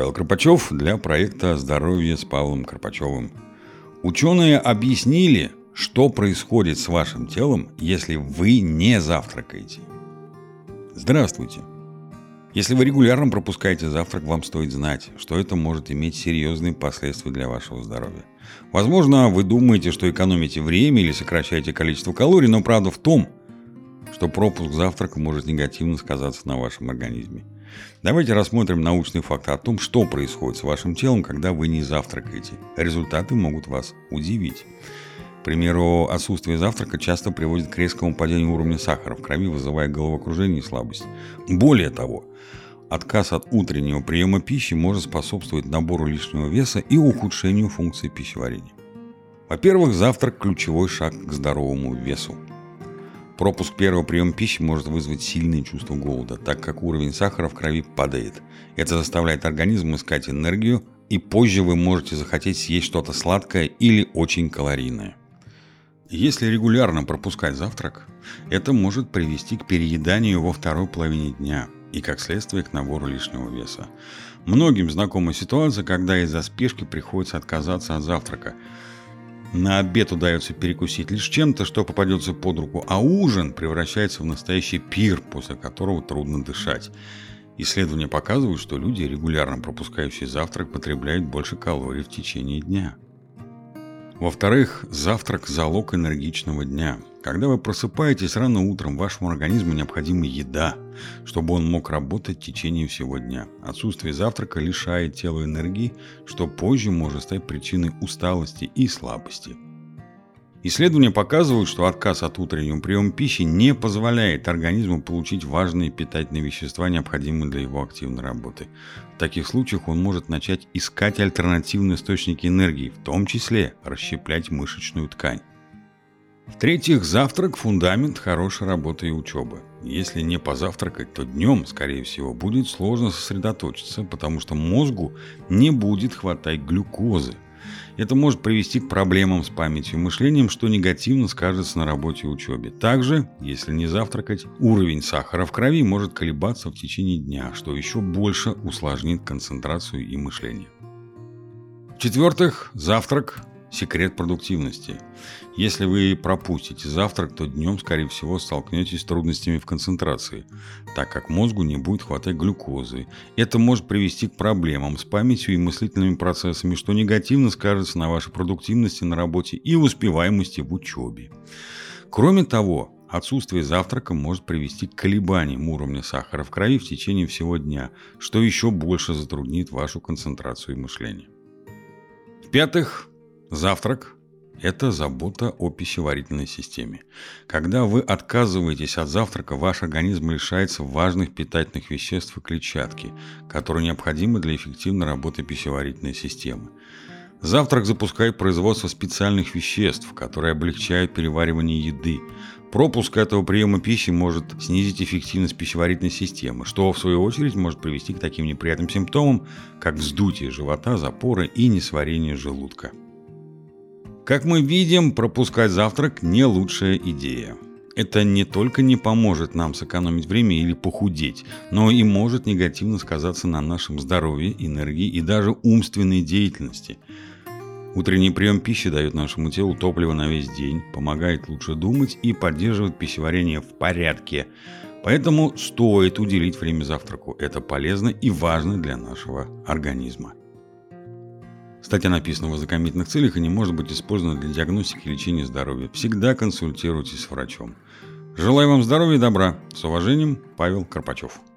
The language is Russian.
Павел Карпачев для проекта «Здоровье с Павлом Карпачевым». Ученые объяснили, что происходит с вашим телом, если вы не завтракаете. Здравствуйте! Если вы регулярно пропускаете завтрак, вам стоит знать, что это может иметь серьезные последствия для вашего здоровья. Возможно, вы думаете, что экономите время или сокращаете количество калорий, но правда в том, что пропуск завтрака может негативно сказаться на вашем организме. Давайте рассмотрим научные факты о том, что происходит с вашим телом, когда вы не завтракаете. Результаты могут вас удивить. К примеру, отсутствие завтрака часто приводит к резкому падению уровня сахара в крови, вызывая головокружение и слабость. Более того, отказ от утреннего приема пищи может способствовать набору лишнего веса и ухудшению функции пищеварения. Во-первых, завтрак – ключевой шаг к здоровому весу. Пропуск первого приема пищи может вызвать сильное чувство голода, так как уровень сахара в крови падает. Это заставляет организм искать энергию, и позже вы можете захотеть съесть что-то сладкое или очень калорийное. Если регулярно пропускать завтрак, это может привести к перееданию во второй половине дня и, как следствие, к набору лишнего веса. Многим знакома ситуация, когда из-за спешки приходится отказаться от завтрака. На обед удается перекусить лишь чем-то, что попадется под руку, а ужин превращается в настоящий пир, после которого трудно дышать. Исследования показывают, что люди, регулярно пропускающие завтрак, потребляют больше калорий в течение дня. Во-вторых, завтрак – залог энергичного дня. Когда вы просыпаетесь рано утром, вашему организму необходима еда, чтобы он мог работать в течение всего дня. Отсутствие завтрака лишает тела энергии, что позже может стать причиной усталости и слабости. Исследования показывают, что отказ от утреннего приема пищи не позволяет организму получить важные питательные вещества, необходимые для его активной работы. В таких случаях он может начать искать альтернативные источники энергии, в том числе расщеплять мышечную ткань. В-третьих, завтрак – фундамент хорошей работы и учебы. Если не позавтракать, то днем, скорее всего, будет сложно сосредоточиться, потому что мозгу не будет хватать глюкозы. Это может привести к проблемам с памятью и мышлением, что негативно скажется на работе и учебе. Также, если не завтракать, уровень сахара в крови может колебаться в течение дня, что еще больше усложнит концентрацию и мышление. В-четвертых, завтрак – секрет продуктивности. Если вы пропустите завтрак, то днем, скорее всего, столкнетесь с трудностями в концентрации, так как мозгу не будет хватать глюкозы. Это может привести к проблемам с памятью и мыслительными процессами, что негативно скажется на вашей продуктивности на работе и успеваемости в учебе. Кроме того, отсутствие завтрака может привести к колебаниям уровня сахара в крови в течение всего дня, что еще больше затруднит вашу концентрацию и мышление. В-пятых, завтрак – это забота о пищеварительной системе. Когда вы отказываетесь от завтрака, ваш организм лишается важных питательных веществ и клетчатки, которые необходимы для эффективной работы пищеварительной системы. Завтрак запускает производство специальных веществ, которые облегчают переваривание еды. Пропуск этого приема пищи может снизить эффективность пищеварительной системы, что в свою очередь может привести к таким неприятным симптомам, как вздутие живота, запоры и несварение желудка. Как мы видим, пропускать завтрак – не лучшая идея. Это не только не поможет нам сэкономить время или похудеть, но и может негативно сказаться на нашем здоровье, энергии и даже умственной деятельности. Утренний прием пищи дает нашему телу топливо на весь день, помогает лучше думать и поддерживает пищеварение в порядке. Поэтому стоит уделить время завтраку. Это полезно и важно для нашего организма. Статья написана в ознакомительных целях и не может быть использована для диагностики и лечения здоровья. Всегда консультируйтесь с врачом. Желаю вам здоровья и добра. С уважением, Павел Карпачев.